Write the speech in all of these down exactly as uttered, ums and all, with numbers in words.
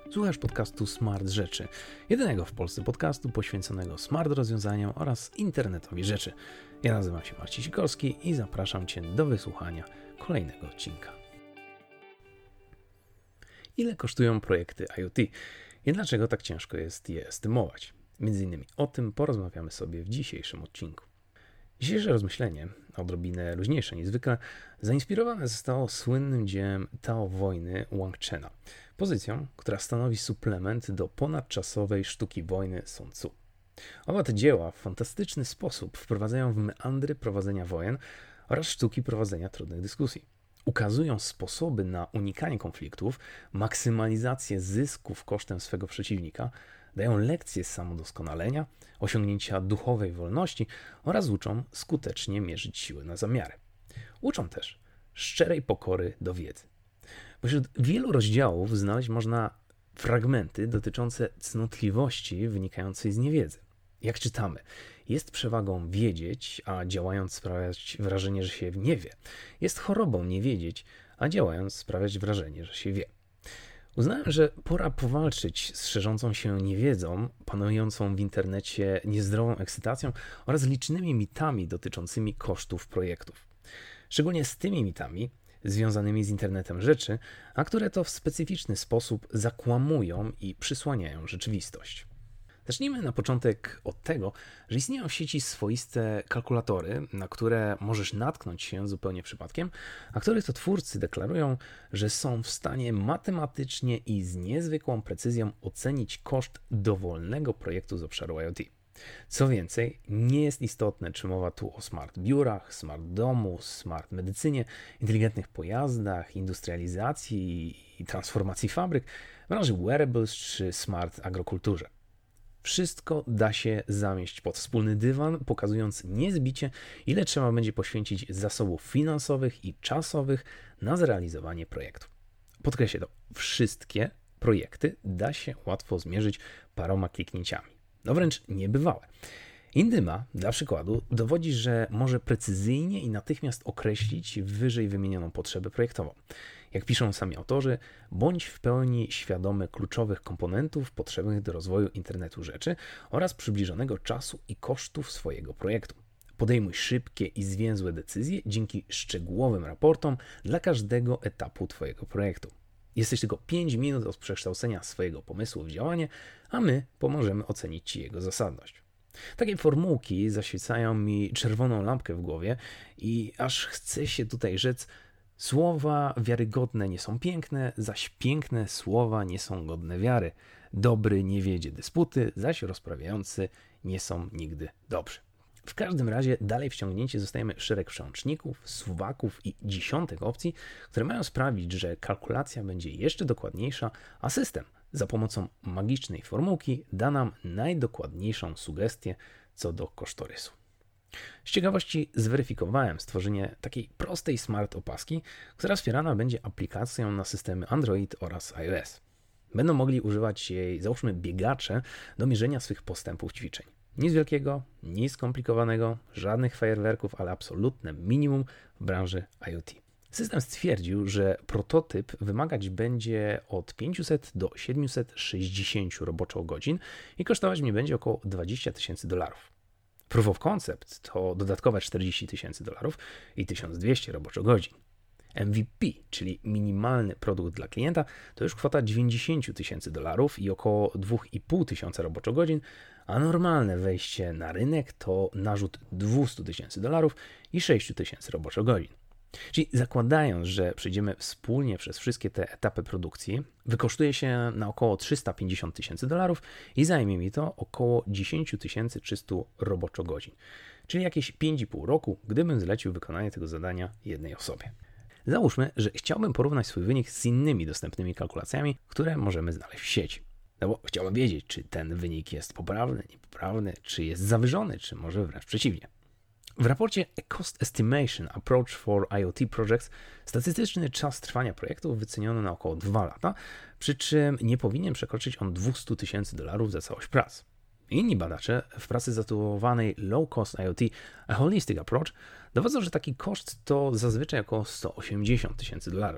Słuchasz podcastu Smart Rzeczy, jedynego w Polsce podcastu poświęconego smart rozwiązaniom oraz internetowi rzeczy. Ja nazywam się Marcin Sikorski i zapraszam Cię do wysłuchania kolejnego odcinka. Ile kosztują projekty IoT i dlaczego tak ciężko jest je estymować? Między innymi o tym porozmawiamy sobie w dzisiejszym odcinku. Dzisiejsze rozmyślenie, odrobinę luźniejsze niż zwykle, zainspirowane zostało słynnym dziełem Tao wojny Wang Chena, pozycją, która stanowi suplement do ponadczasowej sztuki wojny Sun Tzu. Oba te dzieła w fantastyczny sposób wprowadzają w meandry prowadzenia wojen oraz sztuki prowadzenia trudnych dyskusji. Ukazują sposoby na unikanie konfliktów, maksymalizację zysków kosztem swego przeciwnika, dają lekcje z samodoskonalenia, osiągnięcia duchowej wolności oraz uczą skutecznie mierzyć siły na zamiary. Uczą też szczerej pokory do wiedzy. Pośród wielu rozdziałów znaleźć można fragmenty dotyczące cnotliwości wynikającej z niewiedzy. Jak czytamy, jest przewagą wiedzieć, a działając sprawiać wrażenie, że się nie wie. Jest chorobą nie wiedzieć, a działając sprawiać wrażenie, że się wie. Uznałem, że pora powalczyć z szerzącą się niewiedzą, panującą w internecie niezdrową ekscytacją oraz licznymi mitami dotyczącymi kosztów projektów. Szczególnie z tymi mitami związanymi z internetem rzeczy, a które to w specyficzny sposób zakłamują i przysłaniają rzeczywistość. Zacznijmy na początek od tego, że istnieją w sieci swoiste kalkulatory, na które możesz natknąć się zupełnie przypadkiem, a których to twórcy deklarują, że są w stanie matematycznie i z niezwykłą precyzją ocenić koszt dowolnego projektu z obszaru IoT. Co więcej, nie jest istotne, czy mowa tu o smart biurach, smart domu, smart medycynie, inteligentnych pojazdach, industrializacji i transformacji fabryk, branży wearables czy smart agrokulturze. Wszystko da się zamieść pod wspólny dywan, pokazując niezbicie, ile trzeba będzie poświęcić zasobów finansowych i czasowych na zrealizowanie projektu. Podkreślę to, wszystkie projekty da się łatwo zmierzyć paroma kliknięciami. No wręcz niebywałe. Indyma, dla przykładu, dowodzi, że może precyzyjnie i natychmiast określić wyżej wymienioną potrzebę projektową. Jak piszą sami autorzy, bądź w pełni świadomy kluczowych komponentów potrzebnych do rozwoju internetu rzeczy oraz przybliżonego czasu i kosztów swojego projektu. Podejmuj szybkie i zwięzłe decyzje dzięki szczegółowym raportom dla każdego etapu Twojego projektu. Jesteś tylko pięć minut od przekształcenia swojego pomysłu w działanie, a my pomożemy ocenić Ci jego zasadność. Takie formułki zaświecają mi czerwoną lampkę w głowie i aż chce się tutaj rzec: słowa wiarygodne nie są piękne, zaś piękne słowa nie są godne wiary. Dobry nie wiedzie dysputy, zaś rozprawiający nie są nigdy dobrzy. W każdym razie dalej wciągnięci zostajemy szereg przełączników, suwaków i dziesiątek opcji, które mają sprawić, że kalkulacja będzie jeszcze dokładniejsza, a system za pomocą magicznej formułki da nam najdokładniejszą sugestię co do kosztorysu. Z ciekawości zweryfikowałem stworzenie takiej prostej smart opaski, która wspierana będzie aplikacją na systemy Android oraz iOS. Będą mogli używać jej, załóżmy, biegacze do mierzenia swych postępów ćwiczeń. Nic wielkiego, nic skomplikowanego, żadnych fajerwerków, ale absolutne minimum w branży IoT. System stwierdził, że prototyp wymagać będzie od pięćset do siedmiuset sześćdziesięciu roboczo-godzin i kosztować mnie będzie około dwadzieścia tysięcy dolarów. Proof of concept to dodatkowe czterdzieści tysięcy dolarów i tysiąc dwieście roboczo-godzin. M V P, czyli minimalny produkt dla klienta, to już kwota dziewięćdziesiąt tysięcy dolarów i około dwa i pół tysiąca roboczo-godzin, a normalne wejście na rynek to narzut dwieście tysięcy dolarów i sześć tysięcy roboczo-godzin. Czyli zakładając, że przejdziemy wspólnie przez wszystkie te etapy produkcji, wykosztuje się na około trzysta pięćdziesiąt tysięcy dolarów i zajmie mi to około dziesięć tysięcy trzysta roboczo-godzin, czyli jakieś pięć i pół roku, gdybym zlecił wykonanie tego zadania jednej osobie. Załóżmy, że chciałbym porównać swój wynik z innymi dostępnymi kalkulacjami, które możemy znaleźć w sieci. No bo chciałbym wiedzieć, czy ten wynik jest poprawny, niepoprawny, czy jest zawyżony, czy może wręcz przeciwnie. W raporcie A Cost Estimation Approach for IoT Projects statystyczny czas trwania projektu wyceniono na około dwa lata, przy czym nie powinien przekroczyć on dwieście tysięcy dolarów za całość prac. Inni badacze w pracy zatytułowanej Low Cost IoT A Holistic Approach dowodzą, że taki koszt to zazwyczaj około sto osiemdziesiąt tysięcy dolarów.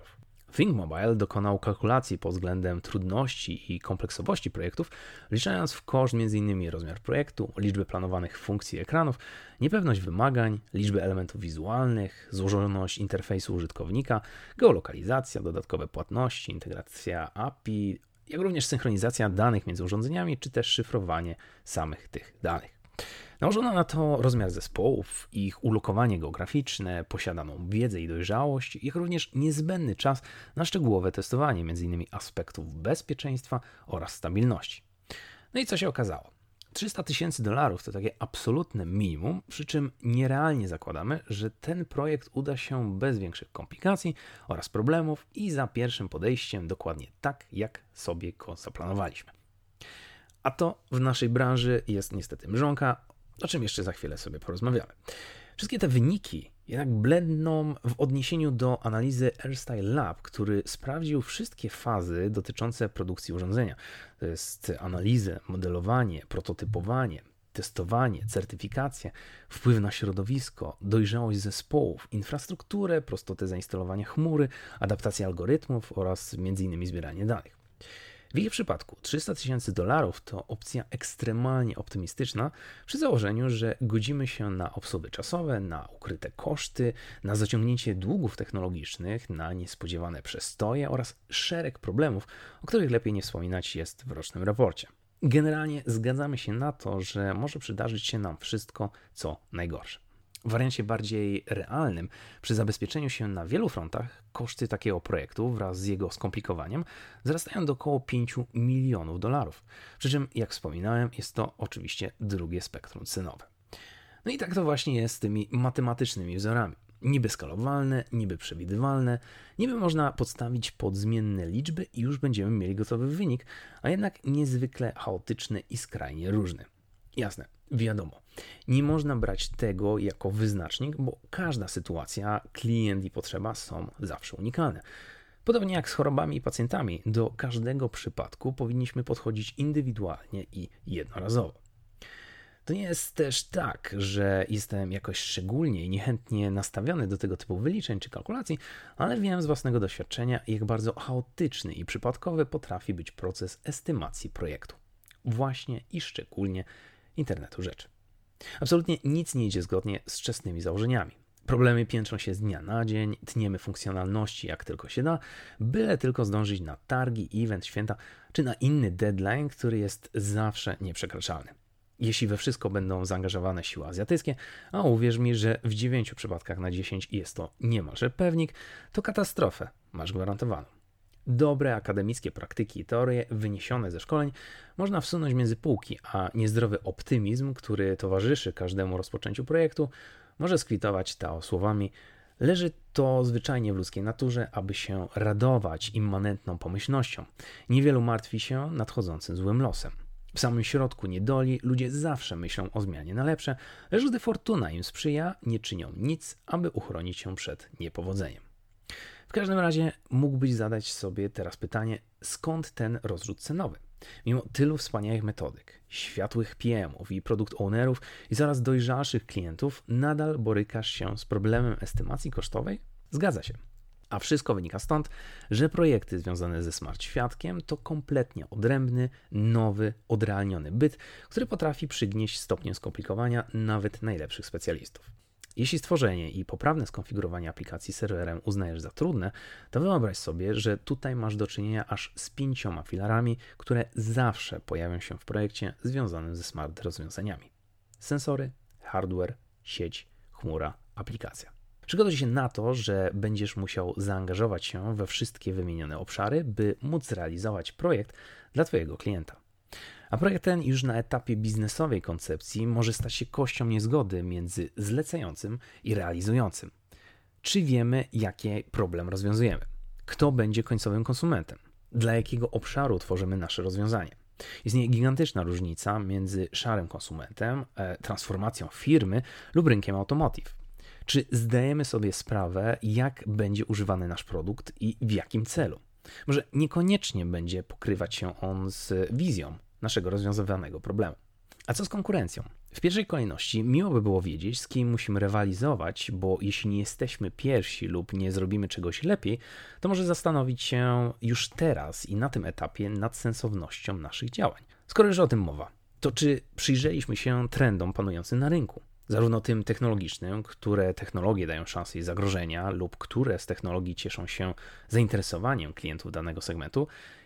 Think Mobile dokonał kalkulacji pod względem trudności i kompleksowości projektów, wliczając w koszt m.in. rozmiar projektu, liczbę planowanych funkcji ekranów, niepewność wymagań, liczbę elementów wizualnych, złożoność interfejsu użytkownika, geolokalizacja, dodatkowe płatności, integracja A P I, jak również synchronizacja danych między urządzeniami, czy też szyfrowanie samych tych danych. Nałożono na to rozmiar zespołów, ich ulokowanie geograficzne, posiadaną wiedzę i dojrzałość, jak również niezbędny czas na szczegółowe testowanie m.in. aspektów bezpieczeństwa oraz stabilności. No i co się okazało? trzysta tysięcy dolarów to takie absolutne minimum, przy czym nierealnie zakładamy, że ten projekt uda się bez większych komplikacji oraz problemów i za pierwszym podejściem dokładnie tak, jak sobie go zaplanowaliśmy. A to w naszej branży jest niestety mrzonka, o czym jeszcze za chwilę sobie porozmawiamy. Wszystkie te wyniki jednak bledną w odniesieniu do analizy AirStyle Lab, który sprawdził wszystkie fazy dotyczące produkcji urządzenia. To jest analizę, modelowanie, prototypowanie, testowanie, certyfikację, wpływ na środowisko, dojrzałość zespołów, infrastrukturę, prostotę zainstalowania chmury, adaptację algorytmów oraz między innymi zbieranie danych. W ich przypadku trzysta tysięcy dolarów to opcja ekstremalnie optymistyczna przy założeniu, że godzimy się na obsługi czasowe, na ukryte koszty, na zaciągnięcie długów technologicznych, na niespodziewane przestoje oraz szereg problemów, o których lepiej nie wspominać jest w rocznym raporcie. Generalnie zgadzamy się na to, że może przydarzyć się nam wszystko, co najgorsze. W wariancie bardziej realnym, przy zabezpieczeniu się na wielu frontach, koszty takiego projektu wraz z jego skomplikowaniem wzrastają do około pięciu milionów dolarów. Przy czym, jak wspominałem, jest to oczywiście drugie spektrum cenowe. No i tak to właśnie jest z tymi matematycznymi wzorami. Niby skalowalne, niby przewidywalne, niby można podstawić pod zmienne liczby i już będziemy mieli gotowy wynik, a jednak niezwykle chaotyczny i skrajnie różny. Jasne, wiadomo, nie można brać tego jako wyznacznik, bo każda sytuacja, klient i potrzeba są zawsze unikalne. Podobnie jak z chorobami i pacjentami, do każdego przypadku powinniśmy podchodzić indywidualnie i jednorazowo. To nie jest też tak, że jestem jakoś szczególnie i niechętnie nastawiony do tego typu wyliczeń czy kalkulacji, ale wiem z własnego doświadczenia, jak bardzo chaotyczny i przypadkowy potrafi być proces estymacji projektu. Właśnie i szczególnie internetu rzeczy. Absolutnie nic nie idzie zgodnie z wczesnymi założeniami. Problemy piętrzą się z dnia na dzień, tniemy funkcjonalności jak tylko się da, byle tylko zdążyć na targi, event, święta czy na inny deadline, który jest zawsze nieprzekraczalny. Jeśli we wszystko będą zaangażowane siły azjatyckie, a uwierz mi, że w dziewięciu przypadkach na dziesięć jest to niemalże pewnik, to katastrofę masz gwarantowaną. Dobre akademickie praktyki i teorie wyniesione ze szkoleń można wsunąć między półki, a niezdrowy optymizm, który towarzyszy każdemu rozpoczęciu projektu, może skwitować Tao słowami: leży to zwyczajnie w ludzkiej naturze, aby się radować immanentną pomyślnością. Niewielu martwi się nadchodzącym złym losem. W samym środku niedoli ludzie zawsze myślą o zmianie na lepsze, lecz gdy fortuna im sprzyja, nie czynią nic, aby uchronić się przed niepowodzeniem. W każdym razie mógłbyś zadać sobie teraz pytanie, skąd ten rozrzut cenowy? Mimo tylu wspaniałych metodyk, światłych P M-ów i produkt ownerów i coraz dojrzalszych klientów, nadal borykasz się z problemem estymacji kosztowej? Zgadza się. A wszystko wynika stąd, że projekty związane ze Smart Świadkiem to kompletnie odrębny, nowy, odrealniony byt, który potrafi przygnieść stopniem skomplikowania nawet najlepszych specjalistów. Jeśli stworzenie i poprawne skonfigurowanie aplikacji serwerem uznajesz za trudne, to wyobraź sobie, że tutaj masz do czynienia aż z pięcioma filarami, które zawsze pojawią się w projekcie związanym ze smart rozwiązaniami. Sensory, hardware, sieć, chmura, aplikacja. Przygotuj się na to, że będziesz musiał zaangażować się we wszystkie wymienione obszary, by móc zrealizować projekt dla Twojego klienta. A projekt ten już na etapie biznesowej koncepcji może stać się kością niezgody między zlecającym i realizującym. Czy wiemy, jaki problem rozwiązujemy? Kto będzie końcowym konsumentem? Dla jakiego obszaru tworzymy nasze rozwiązanie? Istnieje gigantyczna różnica między szarym konsumentem, transformacją firmy lub rynkiem automotive. Czy zdajemy sobie sprawę, jak będzie używany nasz produkt i w jakim celu? Może niekoniecznie będzie pokrywać się on z wizją naszego rozwiązywanego problemu. A co z konkurencją? W pierwszej kolejności miło by było wiedzieć, z kim musimy rywalizować, bo jeśli nie jesteśmy pierwsi lub nie zrobimy czegoś lepiej, to może zastanowić się już teraz i na tym etapie nad sensownością naszych działań. Skoro już o tym mowa, to czy przyjrzeliśmy się trendom panującym na rynku? Zarówno tym technologicznym, które technologie dają szansę i zagrożenia, lub które z technologii cieszą się zainteresowaniem klientów danego segmentu,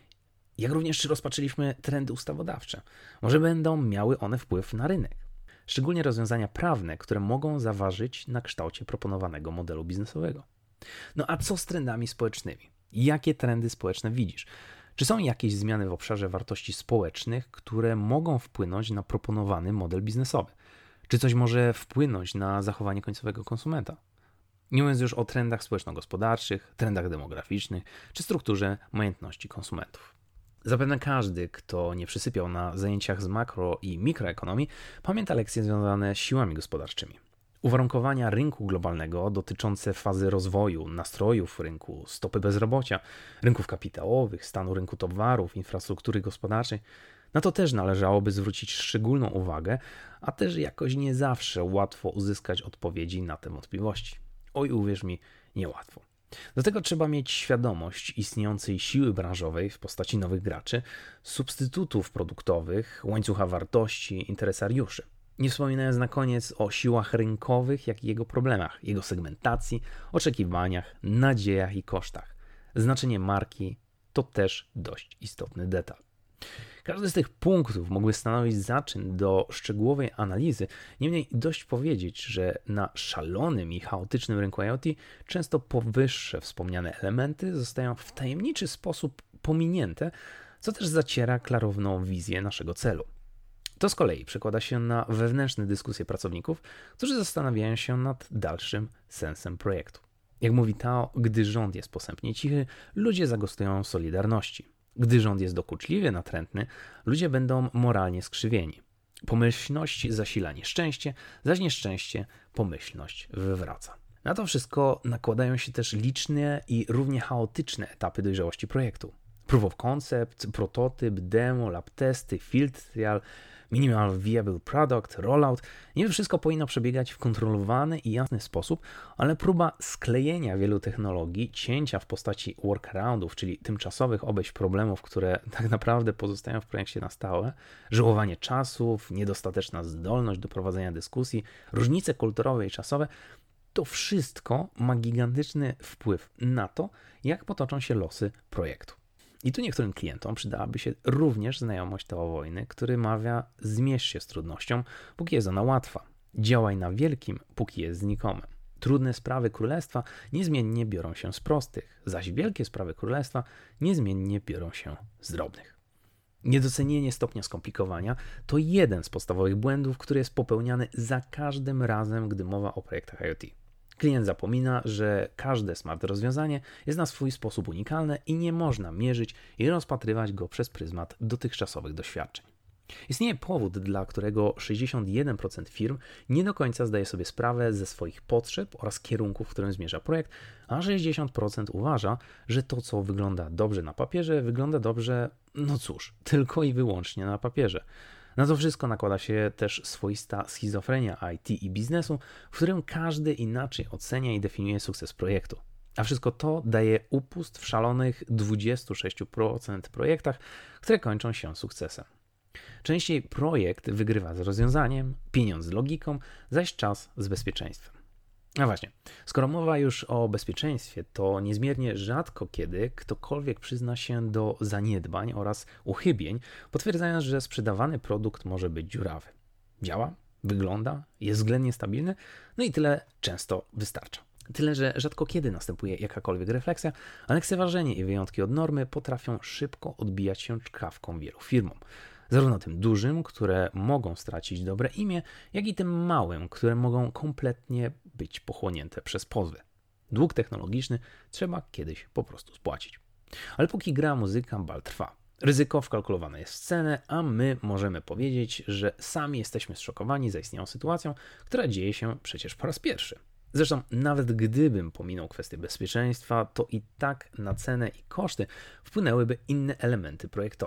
jak również czy rozpatrzyliśmy trendy ustawodawcze. Może będą miały one wpływ na rynek. Szczególnie rozwiązania prawne, które mogą zaważyć na kształcie proponowanego modelu biznesowego. No a co z trendami społecznymi? Jakie trendy społeczne widzisz? Czy są jakieś zmiany w obszarze wartości społecznych, które mogą wpłynąć na proponowany model biznesowy? Czy coś może wpłynąć na zachowanie końcowego konsumenta? Nie mówiąc już o trendach społeczno-gospodarczych, trendach demograficznych czy strukturze majątności konsumentów. Zapewne każdy, kto nie przysypiał na zajęciach z makro i mikroekonomii, pamięta lekcje związane z siłami gospodarczymi. Uwarunkowania rynku globalnego dotyczące fazy rozwoju, nastrojów rynku, stopy bezrobocia, rynków kapitałowych, stanu rynku towarów, infrastruktury gospodarczej, na to też należałoby zwrócić szczególną uwagę, a też jakoś nie zawsze łatwo uzyskać odpowiedzi na te wątpliwości. Oj, uwierz mi, niełatwo. Do tego trzeba mieć świadomość istniejącej siły branżowej w postaci nowych graczy, substytutów produktowych, łańcucha wartości, interesariuszy. Nie wspominając na koniec o siłach rynkowych, jak i jego problemach, jego segmentacji, oczekiwaniach, nadziejach i kosztach. Znaczenie marki to też dość istotny detal. Każdy z tych punktów mógłby stanowić zaczyn do szczegółowej analizy, niemniej dość powiedzieć, że na szalonym i chaotycznym rynku IoT często powyższe wspomniane elementy zostają w tajemniczy sposób pominięte, co też zaciera klarowną wizję naszego celu. To z kolei przekłada się na wewnętrzne dyskusje pracowników, którzy zastanawiają się nad dalszym sensem projektu. Jak mówi Tao, gdy rząd jest posępnie cichy, ludzie zagostują solidarności. Gdy rząd jest dokuczliwie natrętny, ludzie będą moralnie skrzywieni. Pomyślność zasila nieszczęście, zaś nieszczęście pomyślność wywraca. Na to wszystko nakładają się też liczne i równie chaotyczne etapy dojrzałości projektu. Proof of concept, prototyp, demo, lab testy, field trial, minimal viable product, rollout. Nie wszystko powinno przebiegać w kontrolowany i jasny sposób, ale próba sklejenia wielu technologii, cięcia w postaci workaroundów, czyli tymczasowych obejść problemów, które tak naprawdę pozostają w projekcie na stałe, żałowanie czasów, niedostateczna zdolność do prowadzenia dyskusji, różnice kulturowe i czasowe, to wszystko ma gigantyczny wpływ na to, jak potoczą się losy projektu. I tu niektórym klientom przydałaby się również znajomość Tao wojny, który mawia: zmierz się z trudnością, póki jest ona łatwa. Działaj na wielkim, póki jest znikome. Trudne sprawy królestwa niezmiennie biorą się z prostych, zaś wielkie sprawy królestwa niezmiennie biorą się z drobnych. Niedocenienie stopnia skomplikowania to jeden z podstawowych błędów, który jest popełniany za każdym razem, gdy mowa o projektach IoT. Klient zapomina, że każde smart rozwiązanie jest na swój sposób unikalne i nie można mierzyć i rozpatrywać go przez pryzmat dotychczasowych doświadczeń. Istnieje powód, dla którego sześćdziesiąt jeden procent firm nie do końca zdaje sobie sprawę ze swoich potrzeb oraz kierunku, w którym zmierza projekt, a sześćdziesiąt procent uważa, że to, co wygląda dobrze na papierze, wygląda dobrze, no cóż, tylko i wyłącznie na papierze. Na to wszystko nakłada się też swoista schizofrenia I T i biznesu, w którym każdy inaczej ocenia i definiuje sukces projektu. A wszystko to daje upust w szalonych dwadzieścia sześć procent projektach, które kończą się sukcesem. Częściej projekt wygrywa z rozwiązaniem, pieniądz z logiką, zaś czas z bezpieczeństwem. A właśnie, skoro mowa już o bezpieczeństwie, to niezmiernie rzadko kiedy ktokolwiek przyzna się do zaniedbań oraz uchybień, potwierdzając, że sprzedawany produkt może być dziurawy. Działa, wygląda, jest względnie stabilny, no i tyle często wystarcza. Tyle, że rzadko kiedy następuje jakakolwiek refleksja, a lekceważenie i wyjątki od normy potrafią szybko odbijać się czkawką wielu firmom. Zarówno tym dużym, które mogą stracić dobre imię, jak i tym małym, które mogą kompletnie być pochłonięte przez pozwy. Dług technologiczny trzeba kiedyś po prostu spłacić. Ale póki gra muzyka, bal trwa. Ryzyko wkalkulowane jest w cenę, a my możemy powiedzieć, że sami jesteśmy zszokowani zaistniałą sytuacją, która dzieje się przecież po raz pierwszy. Zresztą nawet gdybym pominął kwestię bezpieczeństwa, to i tak na cenę i koszty wpłynęłyby inne elementy projektowe.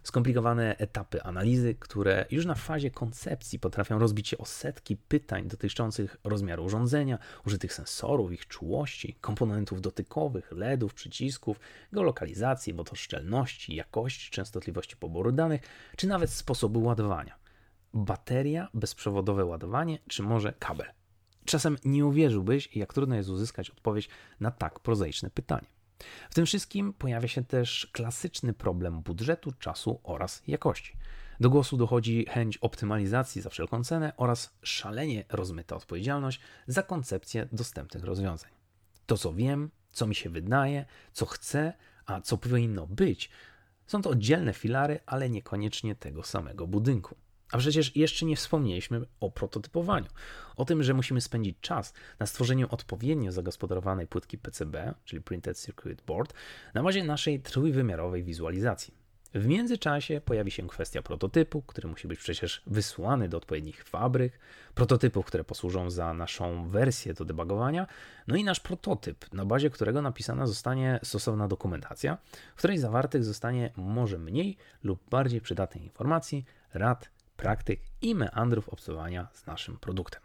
Skomplikowane etapy analizy, które już na fazie koncepcji potrafią rozbić się o setki pytań dotyczących rozmiaru urządzenia, użytych sensorów, ich czułości, komponentów dotykowych, L E Dów, przycisków, geolokalizacji, motoszczelności, jakości, częstotliwości poboru danych, czy nawet sposobu ładowania. Bateria, bezprzewodowe ładowanie, czy może kabel? Czasem nie uwierzyłbyś, jak trudno jest uzyskać odpowiedź na tak prozaiczne pytanie. W tym wszystkim pojawia się też klasyczny problem budżetu, czasu oraz jakości. Do głosu dochodzi chęć optymalizacji za wszelką cenę oraz szalenie rozmyta odpowiedzialność za koncepcję dostępnych rozwiązań. To, co wiem, co mi się wydaje, co chcę, a co powinno być, są to oddzielne filary, ale niekoniecznie tego samego budynku. A przecież jeszcze nie wspomnieliśmy o prototypowaniu, o tym, że musimy spędzić czas na stworzeniu odpowiednio zagospodarowanej płytki P C B, czyli Printed Circuit Board, na bazie naszej trójwymiarowej wizualizacji. W międzyczasie pojawi się kwestia prototypu, który musi być przecież wysłany do odpowiednich fabryk, prototypów, które posłużą za naszą wersję do debugowania, no i nasz prototyp, na bazie którego napisana zostanie stosowna dokumentacja, w której zawartych zostanie może mniej lub bardziej przydatnych informacji, rad, praktyk i meandrów obcowania z naszym produktem.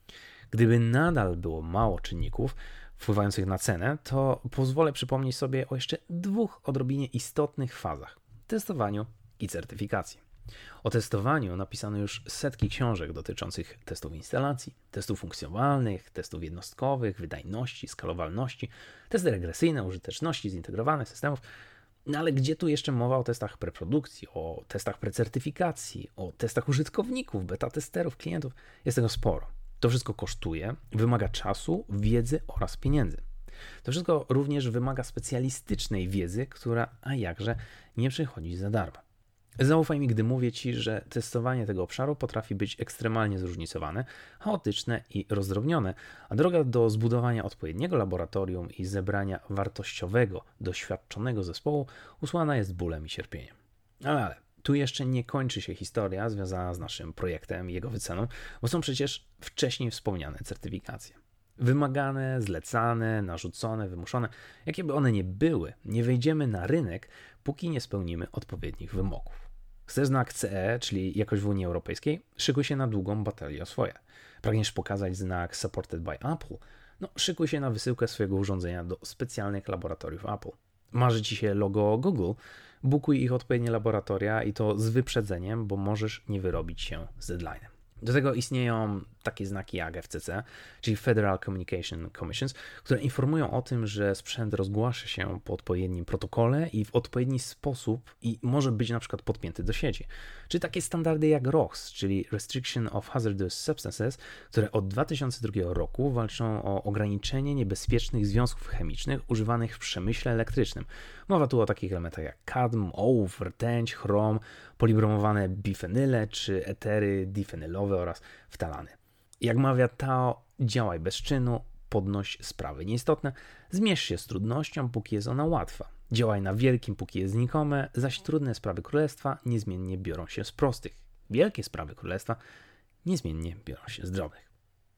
Gdyby nadal było mało czynników wpływających na cenę, to pozwolę przypomnieć sobie o jeszcze dwóch odrobinie istotnych fazach: testowaniu i certyfikacji. O testowaniu napisano już setki książek dotyczących testów instalacji, testów funkcjonalnych, testów jednostkowych, wydajności, skalowalności, testy regresyjne, użyteczności zintegrowanych systemów. No ale gdzie tu jeszcze mowa o testach preprodukcji, o testach precertyfikacji, o testach użytkowników, beta testerów, klientów? Jest tego sporo. To wszystko kosztuje, wymaga czasu, wiedzy oraz pieniędzy. To wszystko również wymaga specjalistycznej wiedzy, która, a jakże, nie przychodzi za darmo. Zaufaj mi, gdy mówię Ci, że testowanie tego obszaru potrafi być ekstremalnie zróżnicowane, chaotyczne i rozdrobnione, a droga do zbudowania odpowiedniego laboratorium i zebrania wartościowego, doświadczonego zespołu usłana jest bólem i cierpieniem. Ale, ale tu jeszcze nie kończy się historia związana z naszym projektem i jego wyceną, bo są przecież wcześniej wspomniane certyfikacje. Wymagane, zlecane, narzucone, wymuszone, jakie by one nie były, nie wejdziemy na rynek, póki nie spełnimy odpowiednich wymogów. Chcesz znak C E, czyli jakoś w Unii Europejskiej? Szykuj się na długą batalię o swoje. Pragniesz pokazać znak Supported by Apple? No, szykuj się na wysyłkę swojego urządzenia do specjalnych laboratoriów Apple. Marzy Ci się logo Google? Bukuj ich odpowiednie laboratoria i to z wyprzedzeniem, bo możesz nie wyrobić się z deadline'em. Do tego istnieją takie znaki jak F C C, czyli Federal Communication Commissions, które informują o tym, że sprzęt rozgłasza się po odpowiednim protokole i w odpowiedni sposób i może być na przykład podpięty do sieci. Czy takie standardy jak R O H S, czyli Restriction of Hazardous Substances, które od dwa tysiące drugiego roku walczą o ograniczenie niebezpiecznych związków chemicznych używanych w przemyśle elektrycznym. Mowa tu o takich elementach jak kadm, ołów, rtęć, chrom, polibromowane bifenyle czy etery difenylowe oraz ftalany. Jak mawia Tao, działaj bez czynu, podnoś sprawy nieistotne, zmierz się z trudnością, póki jest ona łatwa. Działaj na wielkim, póki jest znikome, zaś trudne sprawy królestwa niezmiennie biorą się z prostych. Wielkie sprawy królestwa niezmiennie biorą się z drobnych.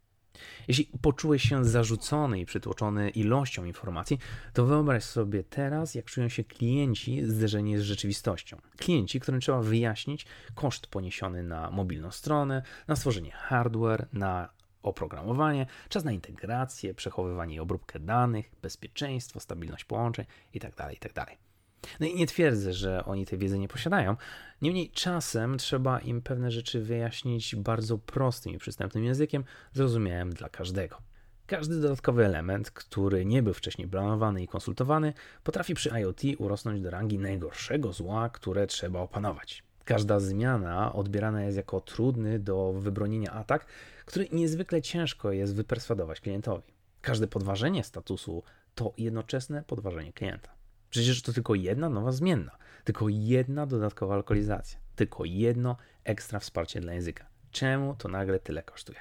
Jeśli poczułeś się zarzucony i przytłoczony ilością informacji, to wyobraź sobie teraz, jak czują się klienci zderzeni z rzeczywistością. Klienci, którym trzeba wyjaśnić koszt poniesiony na mobilną stronę, na stworzenie hardware, na oprogramowanie, czas na integrację, przechowywanie i obróbkę danych, bezpieczeństwo, stabilność połączeń itd., itd. No i nie twierdzę, że oni tej wiedzy nie posiadają, niemniej czasem trzeba im pewne rzeczy wyjaśnić bardzo prostym i przystępnym językiem, zrozumiałym dla każdego. Każdy dodatkowy element, który nie był wcześniej planowany i konsultowany, potrafi przy IoT urosnąć do rangi najgorszego zła, które trzeba opanować. Każda zmiana odbierana jest jako trudny do wybronienia atak, który niezwykle ciężko jest wyperswadować klientowi. Każde podważenie statusu to jednoczesne podważenie klienta. Przecież to tylko jedna nowa zmienna, tylko jedna dodatkowa lokalizacja, tylko jedno ekstra wsparcie dla języka. Czemu to nagle tyle kosztuje?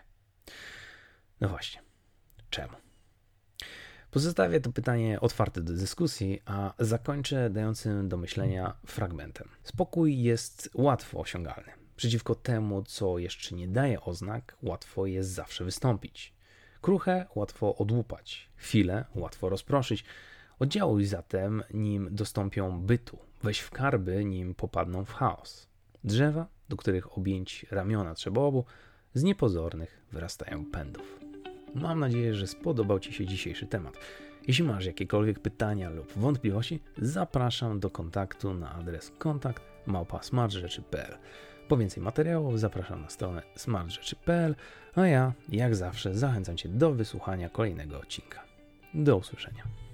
No właśnie, czemu? Pozostawię to pytanie otwarte do dyskusji, a zakończę dającym do myślenia fragmentem. Spokój jest łatwo osiągalny. Przeciwko temu, co jeszcze nie daje oznak, łatwo jest zawsze wystąpić. Kruche łatwo odłupać, chwilę łatwo rozproszyć. Oddziałuj zatem, nim dostąpią bytu, weź w karby, nim popadną w chaos. Drzewa, do których objęć ramiona trzeba obu, z niepozornych wyrastają pędów. Mam nadzieję, że spodobał Ci się dzisiejszy temat. Jeśli masz jakiekolwiek pytania lub wątpliwości, zapraszam do kontaktu na adres kontakt małpa smartrzeczy kropka p l. Po więcej materiałów zapraszam na stronę smartrzeczy kropka p l, a ja, jak zawsze, zachęcam Cię do wysłuchania kolejnego odcinka. Do usłyszenia.